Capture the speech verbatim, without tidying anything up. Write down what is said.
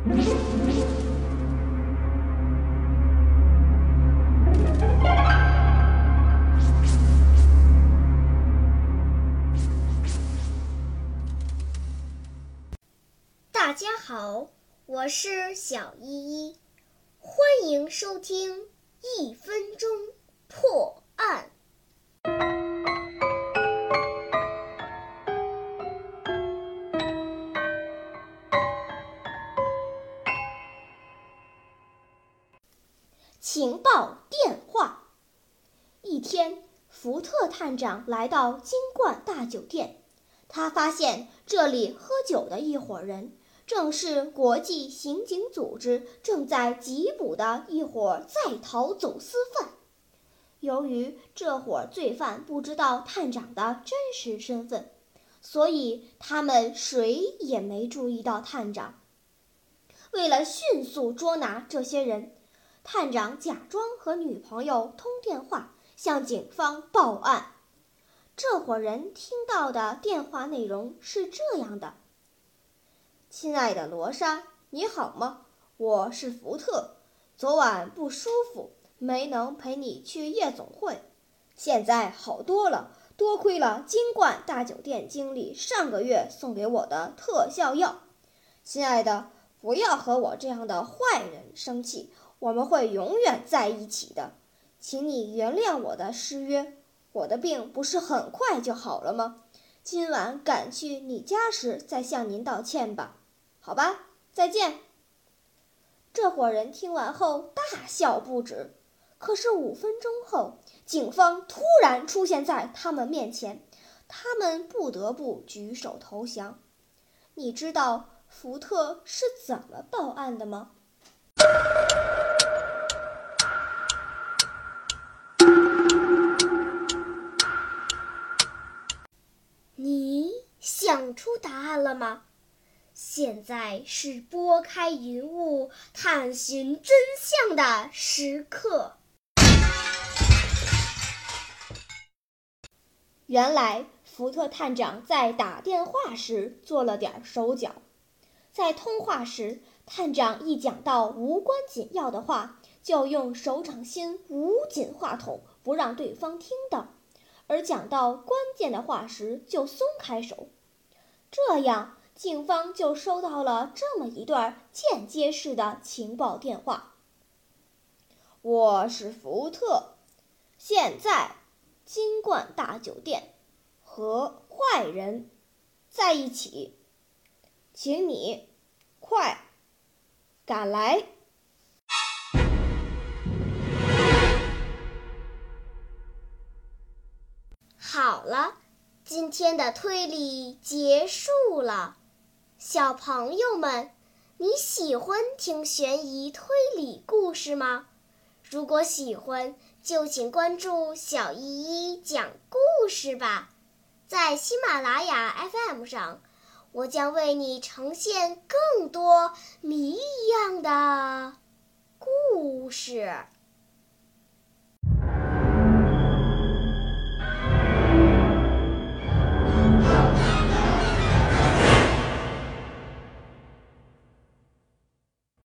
大家好，我是小依依，欢迎收听一分钟破案。情报电话。一天，福特探长来到金冠大酒店，他发现这里喝酒的一伙人正是国际刑警组织正在缉捕的一伙在逃走私犯。由于这伙罪犯不知道探长的真实身份，所以他们谁也没注意到探长。为了迅速捉拿这些人，探长假装和女朋友通电话，向警方报案。这伙人听到的电话内容是这样的：亲爱的罗莎，你好吗？我是福特，昨晚不舒服，没能陪你去夜总会，现在好多了，多亏了金冠大酒店经理上个月送给我的特效药。亲爱的，不要和我这样的坏人生气，我们会永远在一起的，请你原谅我的失约，我的病不是很快就好了吗？今晚赶去你家时再向您道歉吧。好吧，再见。这伙人听完后大笑不止，可是五分钟后，警方突然出现在他们面前，他们不得不举手投降。你知道福特是怎么报案的吗？你想出答案了吗？现在是拨开云雾探寻真相的时刻。原来福特探长在打电话时做了点手脚。在通话时，探长一讲到无关紧要的话，就用手掌心捂紧话筒，不让对方听到，而讲到关键的话时就松开手。这样警方就收到了这么一段间接式的情报电话：我是福特，现在金冠大酒店和坏人在一起，请你快赶来。好了，今天的推理结束了。小朋友们，你喜欢听悬疑推理故事吗？如果喜欢，就请关注小依依讲故事吧。在喜马拉雅 F M 上，我将为你呈现更多谜一样的故事。